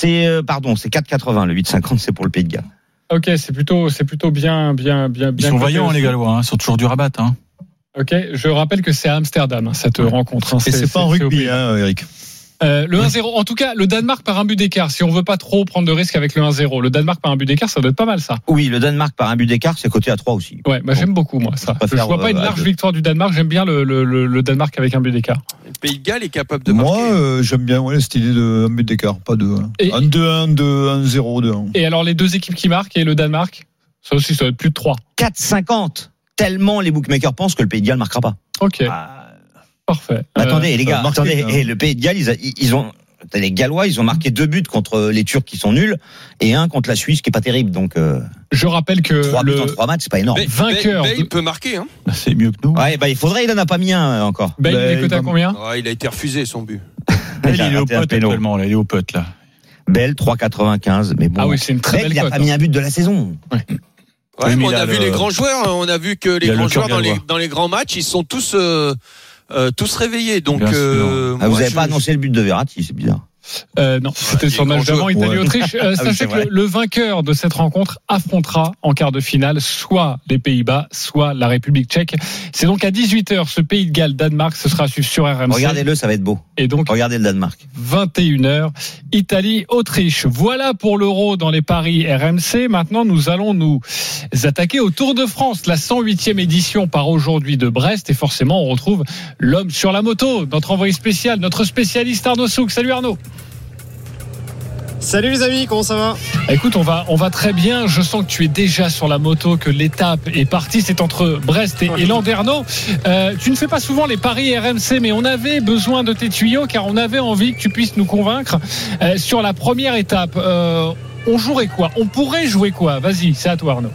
4,80, le 8,50 c'est pour le Pays de Galles. Ok, c'est plutôt bien. Ils sont vaillants les Gallois, hein, ils sont toujours du rabat, hein. Ok, je rappelle que c'est à Amsterdam cette rencontre. Et c'est pas en rugby, Eric. Le 1-0, en tout cas, le Danemark par un but d'écart. Si on veut pas trop prendre de risques avec le 1-0, le Danemark par un but d'écart, ça doit être pas mal, ça. Oui, le Danemark par un but d'écart, c'est coté à 3 aussi. Ouais, j'aime beaucoup, moi, ça. Je vois pas une large victoire du Danemark. J'aime bien le Danemark avec un but d'écart. Le Pays de Galles est capable de marquer. Moi, j'aime bien cette idée de un but d'écart, pas de 1-2-1, 2-1, 0-2-1. Et alors, les deux équipes qui marquent et le Danemark, ça aussi, ça va être plus de 3. 4,50. Tellement les bookmakers pensent que le Pays de Galles marquera pas. Ok. Parfait. Attendez, les gars, et le Pays de Galles, ils ont. Les Gallois, ils ont marqué 2 buts contre les Turcs qui sont nuls et 1 contre la Suisse qui est pas terrible. Donc, je rappelle que 3 buts en 3 matchs, c'est pas énorme. Vainqueur. Il peut marquer, hein. C'est mieux que nous. Ouais, il en a pas mis un encore. Il est coté à combien? Il a été refusé son but. Bell, il est au pote actuellement, là, il est au pote, là. Bell, 3,95. Mais bon. Ah oui, c'est une très Bell, belle il n'a cote. pas mis un but de la saison. Ouais, Oui, mais on il a a vu les grands joueurs, on a vu que les il a grands le cœur joueurs gallois. dans les grands matchs, ils sont tous réveillés. Donc, Bien sûr. Ah, vous moi, n'avez pas annoncé le but de Verratti, c'est bizarre. Non, c'était il sur est le match grand d'avant joueur. Italie-Autriche. oui, Sachez c'est que vrai. le vainqueur de cette rencontre affrontera en quart de finale soit les Pays-Bas, soit la République tchèque. C'est donc à 18h ce Pays de Galles-Danemark, ce sera à suivre sur RMC. Regardez-le, ça va être beau. Et donc Regardez le Danemark. 21h, Italie-Autriche. Voilà pour l'Euro dans les paris RMC. Maintenant, nous allons nous attaquer au Tour de France. La 108e édition part aujourd'hui de Brest. Et forcément, on retrouve l'homme sur la moto, notre envoyé spécial, notre spécialiste Arnaud Souk. Salut Arnaud. Salut les amis, comment ça va ? Écoute, on va très bien. Je sens que tu es déjà sur la moto, que l'étape est partie. C'est entre Brest et Landerneau. Tu ne fais pas souvent les paris RMC, mais on avait besoin de tes tuyaux car on avait envie que tu puisses nous convaincre sur la première étape. On jouerait quoi ? On pourrait jouer quoi ? Vas-y, c'est à toi Arnaud.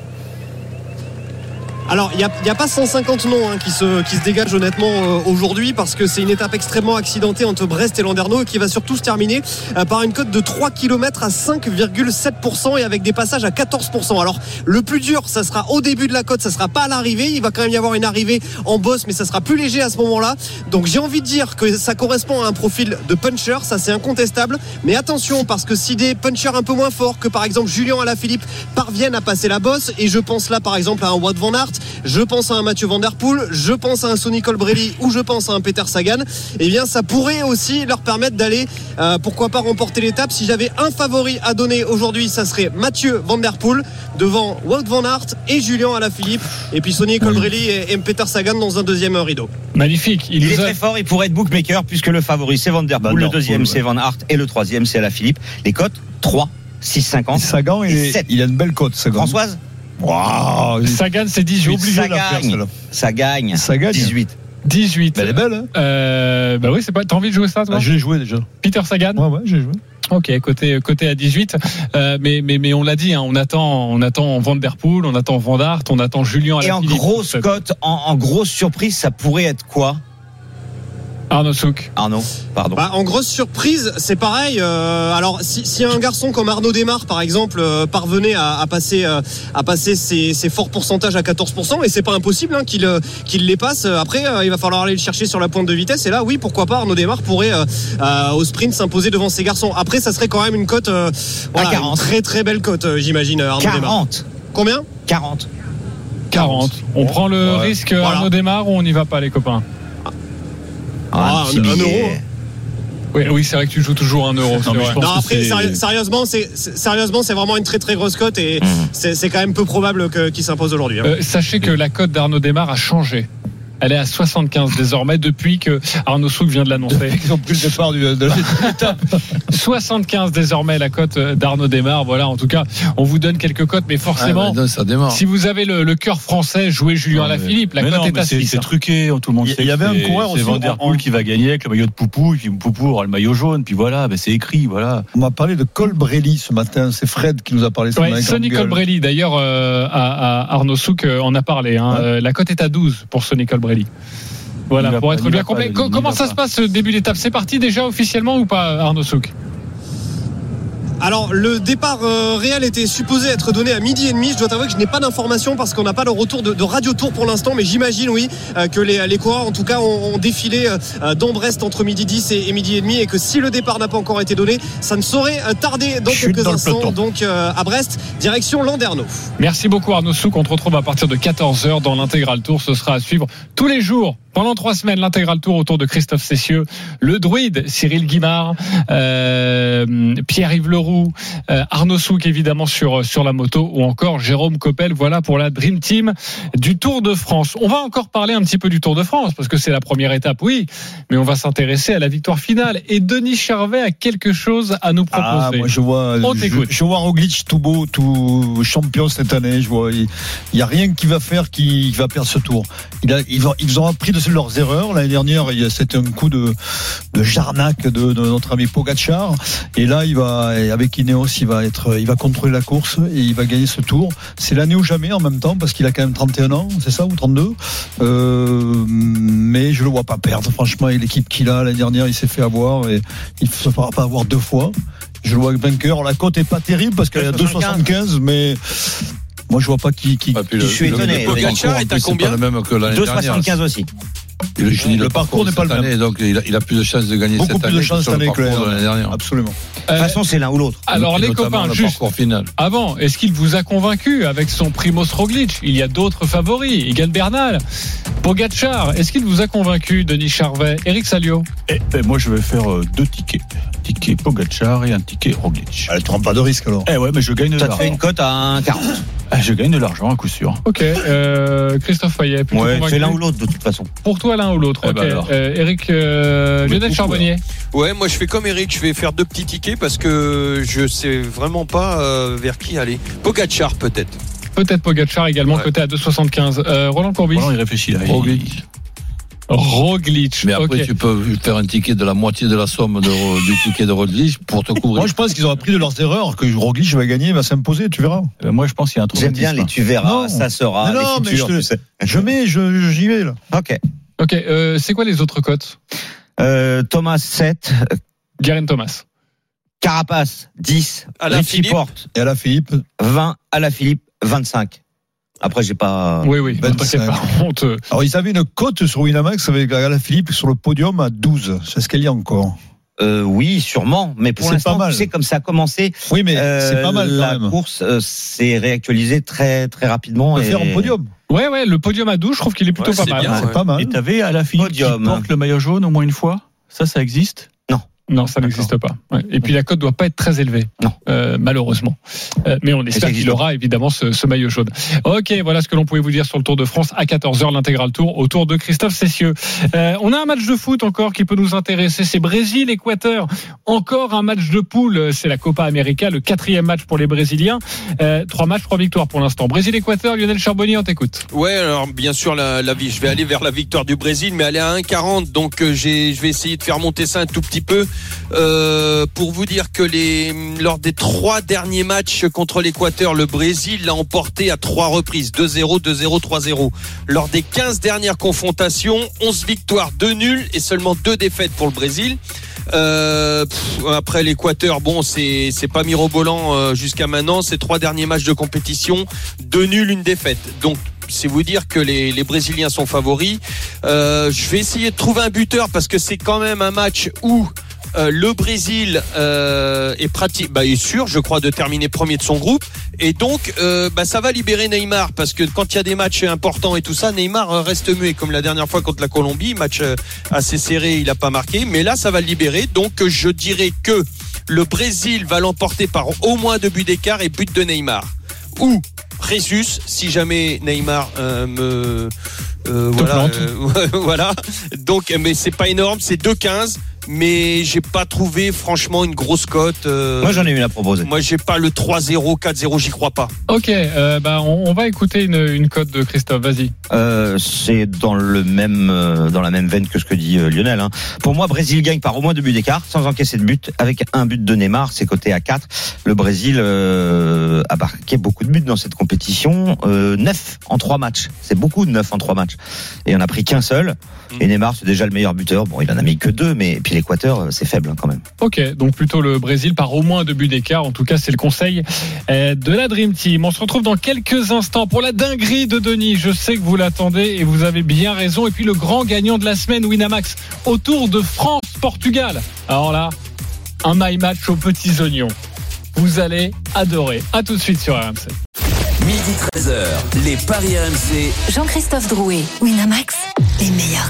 Alors, il y a pas 150 noms qui se dégagent honnêtement aujourd'hui parce que c'est une étape extrêmement accidentée entre Brest et Landerneau qui va surtout se terminer par une cote de 3 km à 5,7% et avec des passages à 14%. Alors, le plus dur, ça sera au début de la cote, ça sera pas à l'arrivée. Il va quand même y avoir une arrivée en bosse, mais ça sera plus léger à ce moment-là. Donc, j'ai envie de dire que ça correspond à un profil de puncher, ça c'est incontestable. Mais attention, parce que si des punchers un peu moins forts que par exemple Julien Alaphilippe parviennent à passer la bosse, et je pense là par exemple à un Wout van Aert, je pense à un Mathieu Van Der Poel, je pense à un Sonny Colbrelli ou je pense à un Peter Sagan, eh bien ça pourrait aussi leur permettre d'aller pourquoi pas remporter l'étape. Si j'avais un favori à donner aujourd'hui, ça serait Mathieu Van Der Poel devant Wout van Aert et Julien Alaphilippe, et puis Sonny Colbrelli et Peter Sagan dans un deuxième rideau. Magnifique. Il est très fort, il pourrait être bookmaker puisque le favori c'est Van Der Poel, le deuxième c'est Van Aert et le troisième c'est Alaphilippe. Les cotes 3, 6,50 Sagan, et 7. il a une belle cote, Sagan. Françoise. Wow. Sagan, c'est 18. Ça gagne. 18. 18. Elle est belle, hein. Bah oui, c'est pas. T'as envie de jouer ça, toi ? Je l'ai joué déjà. Peter Sagan. Ouais, j'ai joué. Ok, côté à 18. Mais on l'a dit, hein, on attend Van Der Poel, on attend Van Aert, on attend Julien Alaphilippe. Et en grosse cote, en grosse surprise, ça pourrait être quoi ? Arnaud Souk. Arnaud, pardon. En grosse surprise, c'est pareil. Alors, si un garçon comme Arnaud Desmar, par exemple, parvenait à passer ses forts pourcentages à 14%, et c'est pas impossible qu'il les passe. Après, il va falloir aller le chercher sur la pointe de vitesse. Et là, oui, pourquoi pas, Arnaud Desmar pourrait au sprint s'imposer devant ces garçons. Après, ça serait quand même une cote, voilà, une très très belle cote, j'imagine. Arnaud 40. Desmar. Combien ? 40. On prend le risque Arnaud Desmar ou on n'y va pas, les copains ? Un euro. Oui, c'est vrai que tu joues toujours 1 euro. Non, après, sérieusement, c'est vraiment une très très grosse cote et c'est quand même peu probable qu'il s'impose aujourd'hui. Sachez que la cote d'Arnaud Desmar a changé. Elle est à 75 désormais depuis que Arnaud Souk vient de l'annoncer. Ils ont pris le départ de l'étape. 75 désormais la cote d'Arnaud Desmar. Voilà, en tout cas, on vous donne quelques cotes, mais forcément, si vous avez le cœur français, jouez Julien Alaphilippe. La cote est à 6. C'est truqué, tout le monde sait. Il y avait un coureur aussi. C'est Van Der Poel qui va gagner avec le maillot de Poupou, et puis Poupou aura le maillot jaune, puis voilà, c'est écrit, voilà. On m'a parlé de Colbrelli ce matin, c'est Fred qui nous a parlé ce matin. Sonny Colbrelli, d'ailleurs, à Arnaud Souk en a parlé. La cote est à 12 pour Sonny Colbrelli. Voilà, pour être bien complet. Comment ça se passe ce début d'étape ? C'est parti déjà officiellement ou pas, Arnaud Souk ? Alors le départ réel était supposé être donné à 12h30. Je dois t'avouer que je n'ai pas d'informations parce qu'on n'a pas le retour de Radio Tour pour l'instant, mais j'imagine que les coureurs en tout cas ont défilé dans Brest entre 12h10 et 12h30 et que si le départ n'a pas encore été donné, ça ne saurait tarder dans quelques instants. Donc à Brest, direction Landerneau. Merci beaucoup Arnaud Souk. On te retrouve à partir de 14h dans l'Intégral Tour. Ce sera à suivre tous les jours. Pendant 3 semaines, l'Intégral Tour autour de Christophe Cessieux, le druide Cyril Guimard, Pierre-Yves Leroux, Arnaud Souk évidemment sur la moto, ou encore Jérôme Coppel. Voilà pour la Dream Team du Tour de France. On va encore parler un petit peu du Tour de France parce que c'est la première étape, oui, mais on va s'intéresser à la victoire finale. Et Denis Charvet a quelque chose à nous proposer. Moi je vois Roglic tout beau, tout champion cette année. Je vois, il y a rien qui va faire qui va perdre ce Tour. Ils ont appris de leurs erreurs. L'année dernière, c'était un coup de Jarnac de notre ami Pogačar. Et là, avec Ineos, il va contrôler la course et il va gagner ce Tour. C'est l'année ou jamais en même temps parce qu'il a quand même 31 ans, c'est ça, ou 32. Mais je le vois pas perdre. Franchement, et l'équipe qu'il a l'année dernière, il s'est fait avoir et il ne se fera pas avoir deux fois. Je le vois vainqueur. La cote est pas terrible parce qu'elle est à 2,75, mais moi je vois pas qui. Je suis étonné. Pogačar est à combien? C'est pas le même que l'année dernière. 2,75 aussi. Le parcours n'est pas le même. Donc il a plus de chances de gagner beaucoup cette année. Beaucoup plus de chances cette année que l'année dernière. Absolument. De toute façon, c'est l'un ou l'autre. Alors les copains, juste avant, est-ce qu'il vous a convaincu avec son Primož Roglič? Il y a d'autres favoris. Egan Bernal, Pogačar. Est-ce qu'il vous a convaincu, Denis Charvet? Eric Salio? Moi, je vais faire 2 tickets. Un ticket Pogačar et un ticket Roglič. Tu prends pas de risque alors. Ouais, mais je gagne de l'argent. Ça te fait une cote à 1,40. Je gagne de l'argent à coup sûr. Ok. Christophe Payet, plutôt convaincu. C'est l'un ou l'autre de toute façon. Pour toi, l'un ou l'autre. Ok. Eric, Lionel Charbonnier. Ouais, moi je fais comme Eric, je vais faire 2 petits tickets parce que je sais vraiment pas vers qui aller. Pogačar peut-être. Peut-être Pogačar également, coté à 2,75. Roland Courbis. Il réfléchit là. Roglič. Mais après, tu peux faire un ticket de la moitié de la somme du ticket de Roglič pour te couvrir. Moi, je pense qu'ils ont appris de leurs erreurs, que Roglič va gagner, va s'imposer, tu verras. Moi, je pense qu'il y a un truc. J'aime bien les tu verras, non. Ça sera. Non, mais j'y vais là. Ok, c'est quoi les autres cotes? Thomas 7. Geraint Thomas. Carapace 10. Richie Porte. Et Alaphilippe 20. Alaphilippe 25. Après, j'ai pas. Oui. Honteux. Alors, ils avaient une cote sur Winamax avec Alaphilippe sur le podium à 12. C'est ce qu'il y a encore. Oui, sûrement. Mais pour l'instant, tu sais, comme ça a commencé. Oui, mais c'est pas mal. La course s'est réactualisée très, très rapidement. On peut faire un podium. Ouais, le podium à 12, je trouve qu'il est plutôt pas mal. C'est pas mal. Et t'avais Alaphilippe qui porte le maillot jaune au moins une fois? Ça existe? Non, ça n'existe pas. Ouais. Et puis la cote doit pas être très élevée, malheureusement. Mais on espère qu'il aura évidemment ce maillot jaune. Ok, voilà ce que l'on pouvait vous dire sur le Tour de France à 14h, l'intégral tour autour de Christophe Cessieux. On a un match de foot encore qui peut nous intéresser, c'est Brésil-Équateur. Encore un match de poule, c'est la Copa América, le 4e match pour les Brésiliens. 3 matchs, 3 victoires pour l'instant. Brésil-Équateur, Lionel Charbonnier, on t'écoute. Ouais, alors bien sûr, je vais aller vers la victoire du Brésil, mais elle est à 1,40, donc je vais essayer de faire monter ça un tout petit peu. Pour vous dire que lors des 3 derniers matchs contre l'Équateur, le Brésil l'a emporté à 3 reprises, 2-0, 2-0, 3-0. Lors des 15 dernières confrontations, 11 victoires, 2 nuls et seulement 2 défaites pour le Brésil. Après l'Équateur, bon, c'est pas mirobolant jusqu'à maintenant. Ces 3 derniers matchs de compétition, 2 nuls, 1 défaite. Donc c'est vous dire que les Brésiliens sont favoris. Je vais essayer de trouver un buteur parce que c'est quand même un match où le Brésil est sûr, je crois, de terminer premier de son groupe, et donc ça va libérer Neymar, parce que quand il y a des matchs importants et tout ça, Neymar reste muet, comme la dernière fois contre la Colombie, match assez serré, il a pas marqué, mais là ça va le libérer. Donc je dirais que le Brésil va l'emporter par au moins 2 buts d'écart et but de Neymar ou Jesus, si jamais Neymar voilà. Donc, mais c'est pas énorme, c'est 2,15. Mais j'ai pas trouvé franchement une grosse cote. Moi j'en ai une à proposer. Moi j'ai pas le 3-0, 4-0, j'y crois pas. Ok, on va écouter une cote de Christophe, vas-y. C'est dans la même veine que ce que dit Lionel. Hein. Pour moi, Brésil gagne par au moins 2 buts d'écart, sans encaisser de but, avec un but de Neymar, c'est coté à 4. Le Brésil a marqué beaucoup de buts dans cette compétition, 9 en 3 matchs. C'est beaucoup de 9 en 3 matchs. Et on a pris qu'un seul. Et Neymar, c'est déjà le meilleur buteur. Bon, il en a mis que 2, mais puis l'Équateur, c'est faible quand même. Ok, donc plutôt le Brésil par au moins 2 buts d'écart. En tout cas, c'est le conseil de la Dream Team. On se retrouve dans quelques instants pour la dinguerie de Denis. Je sais que vous l'attendez et vous avez bien raison. Et puis le grand gagnant de la semaine, Winamax, au Tour de France-Portugal. Alors là, un my match aux petits oignons. Vous allez adorer. À tout de suite sur RMC. Midi 13h, les Paris RMC. Jean-Christophe Drouet, Winamax, les meilleurs cotes.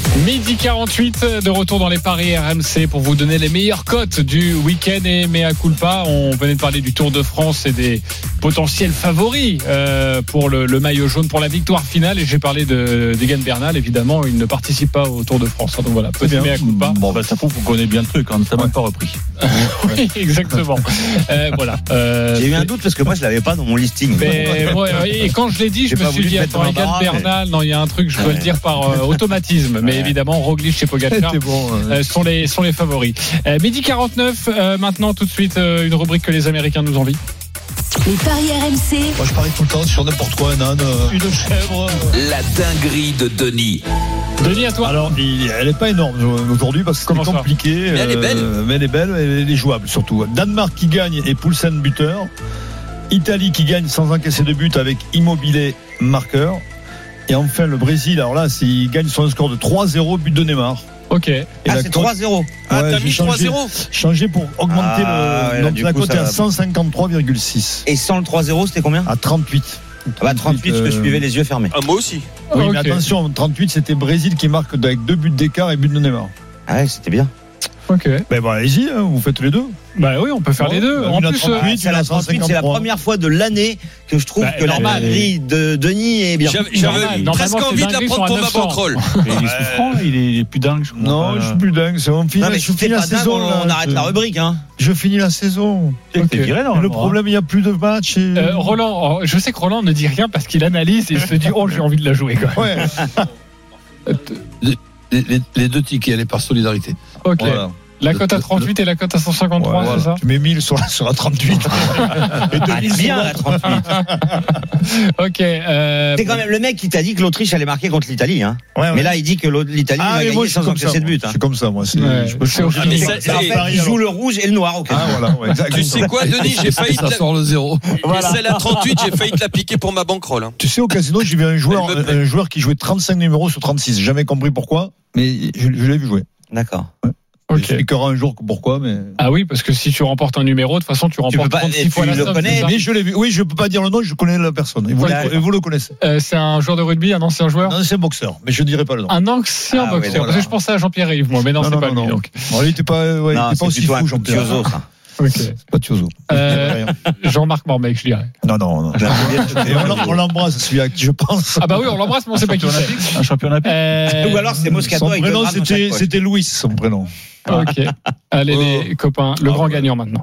Midi 48 de retour dans les paris RMC pour vous donner les meilleures cotes du week-end et mea culpa. On venait de parler du Tour de France et des potentiels favoris pour le maillot jaune pour la victoire finale, et j'ai parlé d'Egan Bernal. Évidemment, il ne participe pas au Tour de France, donc voilà, petit mea culpa. Bon, ça prouve qu'on connaît bien le truc, on ne s'est même pas repris. Oui, exactement. Voilà. J'ai eu un doute parce que moi je l'avais pas dans mon listing. Mais, et quand je l'ai dit, je me suis dit attends, Egan Bernal, non, il y a un truc, je dois le dire par automatisme, mais évidemment Roglic et Pogačar sont les favoris. Midi 49, maintenant tout de suite une rubrique que les Américains nous envient. Les paris RMC. Moi je parie tout le temps sur n'importe quoi, un âne, une chèvre. La dinguerie de Denis. Denis, à toi. Alors, elle n'est pas énorme aujourd'hui parce que c'est compliqué. Mais elle est belle. Mais elle est belle, elle est jouable surtout. Danemark qui gagne et Poulsen buteur. Italie qui gagne sans encaisser de but avec Immobilier marqueur. Et enfin le Brésil, alors là, il gagne sur un score de 3-0, but de Neymar. Ok. Et c'est 3-0. Ah, t'as mis 3-0. Changé pour augmenter donc la cote est à 153,6. Et sans le 3-0, c'était combien? À 38. Ah bah 38, je suivais les yeux fermés. Ah, moi aussi. Oui, mais attention, 38, c'était Brésil qui marque avec 2 buts d'écart et but de Neymar. Ah ouais, c'était bien. Ok. Ben bon, allez-y, vous faites les deux. Bah oui, on peut faire les deux. En plus, 38, c'est la première fois de l'année que je trouve que la dinguerie de Denis est bien. J'avais presque envie de la prendre pour ma banquerolle. Il est souffrant, il est plus dingue. Non, je suis plus dingue. Je finis la saison. On arrête la rubrique, hein. Je finis la saison. Le problème, il n'y a plus de match. Roland, je sais que Roland ne dit rien parce qu'il analyse et il se dit oh, j'ai envie de la jouer quand même. Les deux tickets, elle est par solidarité. Ok. Voilà. La cote à 38 et la cote à 153, c'est ça? Tu mets 1000 sur la 38. Et 2000 bien la 38. Ok. C'est quand même le mec qui t'a dit que l'Autriche allait marquer contre l'Italie, hein. Mais là, il dit que l'Italie va gagner sans encaisser de but. C'est comme ça, moi. Il joue le rouge et le noir. Ok. Tu sais quoi, Denis, j'ai failli ça sort le 0. Et celle à 38, j'ai failli te la piquer pour ma banquerolle. Tu sais, au casino, j'ai vu un joueur qui jouait 35 numéros sur 36. J'ai jamais compris pourquoi, mais je l'ai vu jouer. D'accord. Okay. J'expliquerai un jour pourquoi, mais. Ah oui, parce que si tu remportes un numéro, de toute façon, tu remportes 36 fois la somme. Mais je l'ai vu. Oui, je peux pas dire le nom, je connais la personne. Et vous le connaissez. C'est un joueur de rugby, un ancien joueur? Un ancien boxeur, mais je dirai pas le nom. Un ancien boxeur. Voilà. Parce que je pensais à Jean-Pierre Yves, moi, mais non, c'est pas lui. Donc. Il était pas aussi fou, Jean-Pierre. Ok. C'est pas Thiozo. Jean-Marc Mormec, je dirais. Non. Et on l'embrasse, celui à qui je pense. Ah bah oui, on l'embrasse, mais on sait pas qui c'est. Un champion olympique. Ou alors c'est Moscato. Son prénom, c'était Louis, son prénom. Ok. Allez, les copains, le grand gagnant maintenant.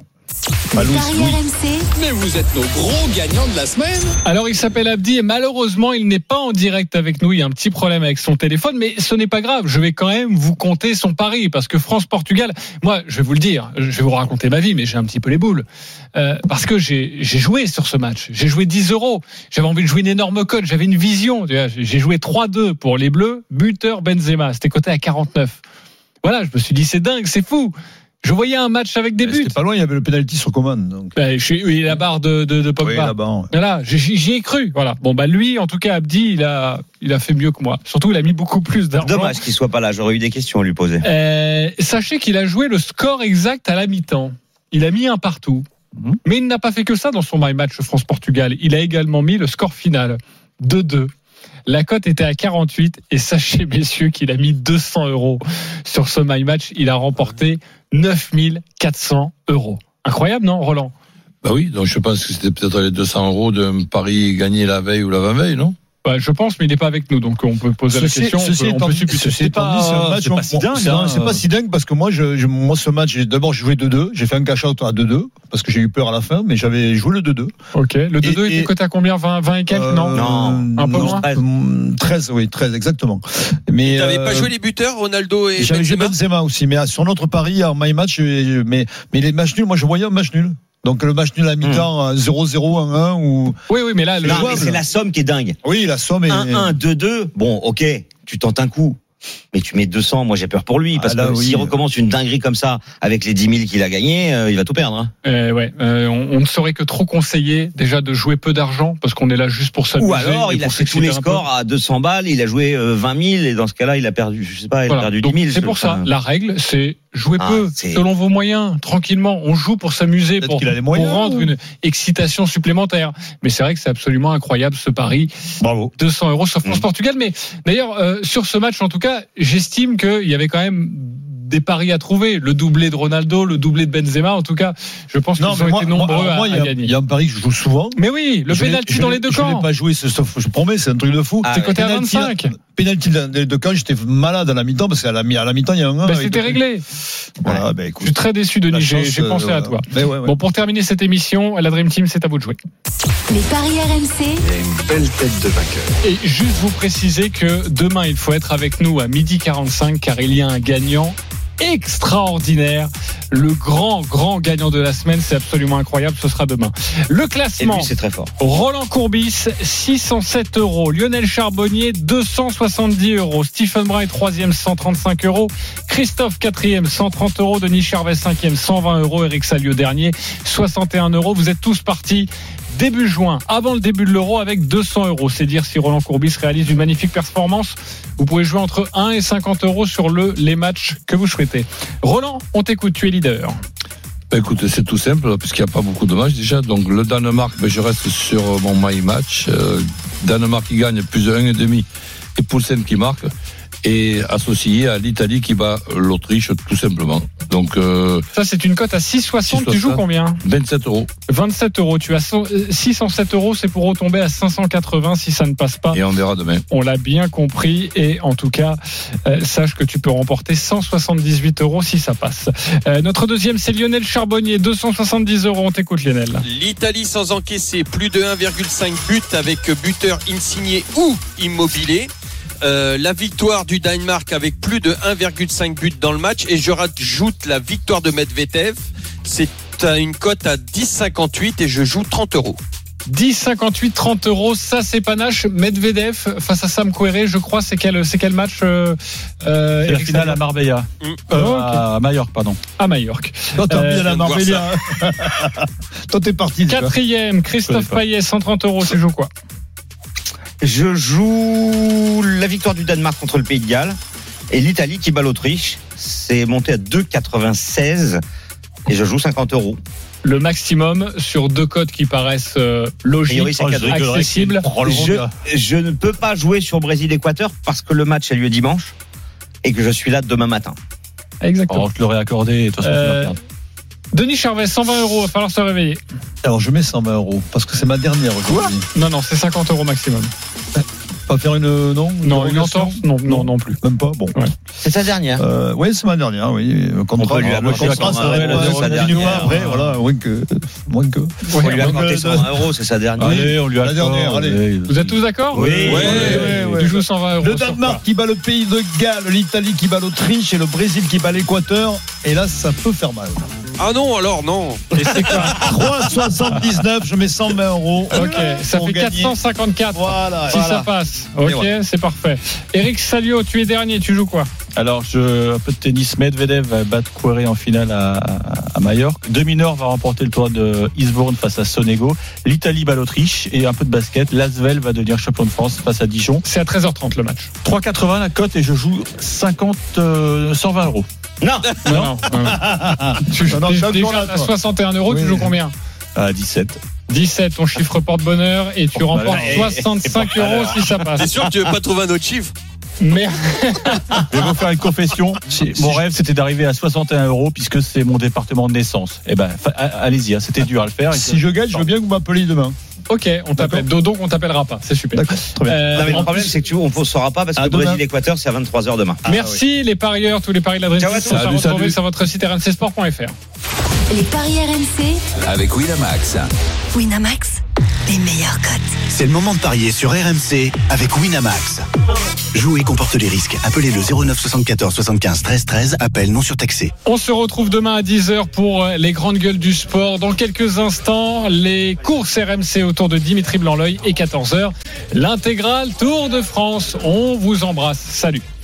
Mais vous êtes nos gros gagnants de la semaine. Alors il s'appelle Abdi et malheureusement il n'est pas en direct avec nous. Il y a un petit problème avec son téléphone, mais ce n'est pas grave. Je vais quand même vous compter son pari parce que France-Portugal, moi je vais vous le dire, je vais vous raconter ma vie, mais j'ai un petit peu les boules parce que j'ai joué sur ce match. J'ai joué 10 €. J'avais envie de jouer une énorme cote. J'avais une vision. J'ai joué 3-2 pour les Bleus, buteur Benzema. C'était coté à 49. Voilà, je me suis dit c'est dingue, c'est fou. Je voyais un match avec des buts. C'était pas loin, il y avait le penalty sur Coman. Donc. Oui, la barre de Pogba. Oui, là-bas. Voilà, j'y ai cru. Voilà. Bon, lui, en tout cas, Abdi, il a fait mieux que moi. Surtout, il a mis beaucoup plus d'argent. Dommage qu'il soit pas là. J'aurais eu des questions à lui poser. Sachez qu'il a joué le score exact à la mi-temps. Il a mis un partout. Mais il n'a pas fait que ça dans son My Match France-Portugal. Il a également mis le score final. 2-2. La cote était à 48 et sachez messieurs qu'il a mis 200 € sur ce My Match. Il a remporté 9400 €. Incroyable, non, Roland? Bah oui, donc je pense que c'était peut-être les 200 € d'un pari gagné la veille ou l'avant-veille, non? Bah, je pense, mais il n'est pas avec nous, donc on peut poser la question. On peut supputer. C'est pas si dingue. C'est pas si dingue parce que moi, ce match, d'abord, j'ai joué 2-2. J'ai fait un cash-out à 2-2 parce que j'ai eu peur à la fin, mais j'avais joué le 2-2. Ok. Le 2-2 était coté à combien? 20 et quelques? Non. Un peu moins. 13, oui, 13, exactement. Mais. T'avais pas joué les buteurs, Ronaldo et j'avais joué Benzema aussi, mais sur notre pari, en my match, mais les matchs nuls, moi, je voyais un match nul. Donc le match nul à mi-temps 0-0, 1-1 ou. Oui, mais là, c'est la somme qui est dingue. Oui, la somme est. 1-1, 2-2. Bon, ok, tu tentes un coup. Mais tu mets 200, moi j'ai peur pour lui, parce que s'il recommence une dinguerie comme ça, avec les 10 000 qu'il a gagnés, il va tout perdre. On ne saurait que trop conseiller déjà de jouer peu d'argent, parce qu'on est là juste pour s'amuser. Ou alors, il a fait tous les scores à 200 balles, il a joué 20 000, et dans ce cas-là, il a perdu, je sais pas, il a perdu 10 000. C'est pour ça, la règle, c'est jouer peu, selon vos moyens, tranquillement. On joue pour s'amuser, pour rendre une excitation supplémentaire. Mais c'est vrai que c'est absolument incroyable ce pari. Bravo. 200 € sur France-Portugal. Mais d'ailleurs, sur ce match, en tout cas, cas, j'estime qu'il y avait quand même des paris à trouver. Le doublé de Ronaldo, le doublé de Benzema. En tout cas, je pense qu'ils ont été nombreux à gagner. Il y a un pari que je joue souvent. Mais oui, le pénalty dans les deux camps. Je n'ai pas joué, je promets, c'est un truc de fou. C'est côté à 25. Pénalty dans les deux camps, j'étais malade à la mi-temps parce qu'à la mi-temps, il y a un 1. C'était réglé. Voilà, écoute. Je suis très déçu, Denis. J'ai pensé à toi. Bon, pour terminer cette émission, la Dream Team, c'est à vous de jouer. Les paris RMC. Il y a une belle tête de vainqueur. Et juste vous préciser que demain, il faut être avec nous à 12h45 car il y a un gagnant extraordinaire. Le grand gagnant de la semaine, c'est absolument incroyable, ce sera demain. Le classement. Et lui, c'est très fort. Roland Courbis, 607 €. Lionel Charbonnier, 270 €. Stephen Brun est 3e, 135 €. Christophe 4e, 130 €. Denis Charvet 5e, 120 €. Eric Salio dernier, 61 €. Vous êtes tous partis début juin, avant le début de l'Euro, avec 200 €. C'est dire si Roland Courbis réalise une magnifique performance. Vous pouvez jouer entre 1 et 50 € sur les matchs que vous souhaitez. Roland, on t'écoute, tu es leader. Écoute, c'est tout simple, puisqu'il n'y a pas beaucoup de matchs déjà. Donc le Danemark, je reste sur mon my match. Danemark qui gagne plus de 1,5 et Poulsen qui marque. Et associé à l'Italie qui bat l'Autriche, tout simplement. Donc ça, c'est une cote à 6,60. Tu joues combien ? 27 €. 27 €. Tu as 607 €. C'est pour retomber à 580 si ça ne passe pas. Et on verra demain. On l'a bien compris. Et en tout cas, sache que tu peux remporter 178 € si ça passe. Notre deuxième, c'est Lionel Charbonnier, 270 €. On t'écoute, Lionel. L'Italie sans encaisser, plus de 1,5 buts avec buteur Insigne ou Immobilier. La victoire du Danemark avec plus de 1,5 buts dans le match, et je rajoute la victoire de Medvedev. C'est une cote à 10,58 et je joue 30 €. 10,58, 30 €, ça c'est panache. Medvedev face à Sam Querrey, je crois, c'est quel match c'est la finale à Marbella. À Majorque, pardon. À Majorque. Toi, t'as envie à la Marbella. Toi, t'es parti. 4e, Christophe Payet, 130 €, tu joues quoi ? Je joue la victoire du Danemark contre le Pays de Galles et l'Italie qui bat l'Autriche. C'est monté à 2,96 et je joue 50 €. Le maximum sur deux cotes qui paraissent logiques, accessibles. Je ne peux pas jouer sur Brésil-Équateur parce que le match a lieu dimanche et que je suis là demain matin. Exactement. Je l'aurais accordé. De toute façon, tu vas perdre. Denis Charvet, 120 €, il va falloir se réveiller. Alors je mets 120 € parce que c'est ma dernière. Quoi ? Non, c'est 50 € maximum. Pas faire une une entorse non plus. Même pas. Bon. Ouais. C'est sa dernière. Oui, c'est ma dernière. Oui. Contrat, lui accorder sa dernière. Après, voilà, moins que. On lui a accordé 120 €, c'est sa dernière. Allez, on lui a la dernière. Allez. Vous êtes tous d'accord ? Oui. Tu joues 120 €. Le Danemark qui bat le Pays de Galles, l'Italie qui bat l'Autriche et le Brésil qui bat l'Équateur. Et là, ça peut faire mal. Ah non, alors non. Et c'est quoi ? 3,79, je mets 120 €. Ok, ça fait 454. Voilà. Si ça passe. Ok, voilà. C'est parfait. Eric Salio, tu es dernier, tu joues quoi ? Alors, un peu de tennis. Medvedev va battre Querrey en finale à Majorque. De Minaur va remporter le tournoi de Eastbourne face à Sonego. L'Italie bat l'Autriche et un peu de basket. L'Asvel va devenir champion de France face à Dijon. C'est à 13h30 le match. 3,80 la cote et je joue 120 €. Non. Tu joues déjà à 61 €, tu joues combien ? À 17. 17, ton chiffre porte-bonheur et tu remportes 65 € si ça passe. T'es sûr que tu veux pas trouver un autre chiffre ? Mais je vais vous faire une confession. Mon rêve, c'était d'arriver à 61 € puisque c'est mon département de naissance. Eh ben, allez-y, c'était dur à le faire. Si je gagne, je veux bien que vous m'appeliez demain. Ok, on t'appelle. Donc on t'appellera pas, c'est super. D'accord, très bien. Non, mais le problème, c'est que on ne saura pas parce que Brésil-Équateur, c'est à 23h demain. Merci les parieurs, tous les paris de la Dream Team sont à retrouver sur votre site rmcsport.fr. Les paris RMC avec Winamax. Winamax, les meilleurs cotes. C'est le moment de parier sur RMC avec Winamax. Jouer comporte les risques. Appelez le 09 74 75 13 13. Appel non surtaxé. On se retrouve demain à 10h pour les grandes gueules du sport. Dans quelques instants, les courses RMC autour de Dimitri Blanc-L'Oeil et 14h. L'intégrale Tour de France. On vous embrasse. Salut.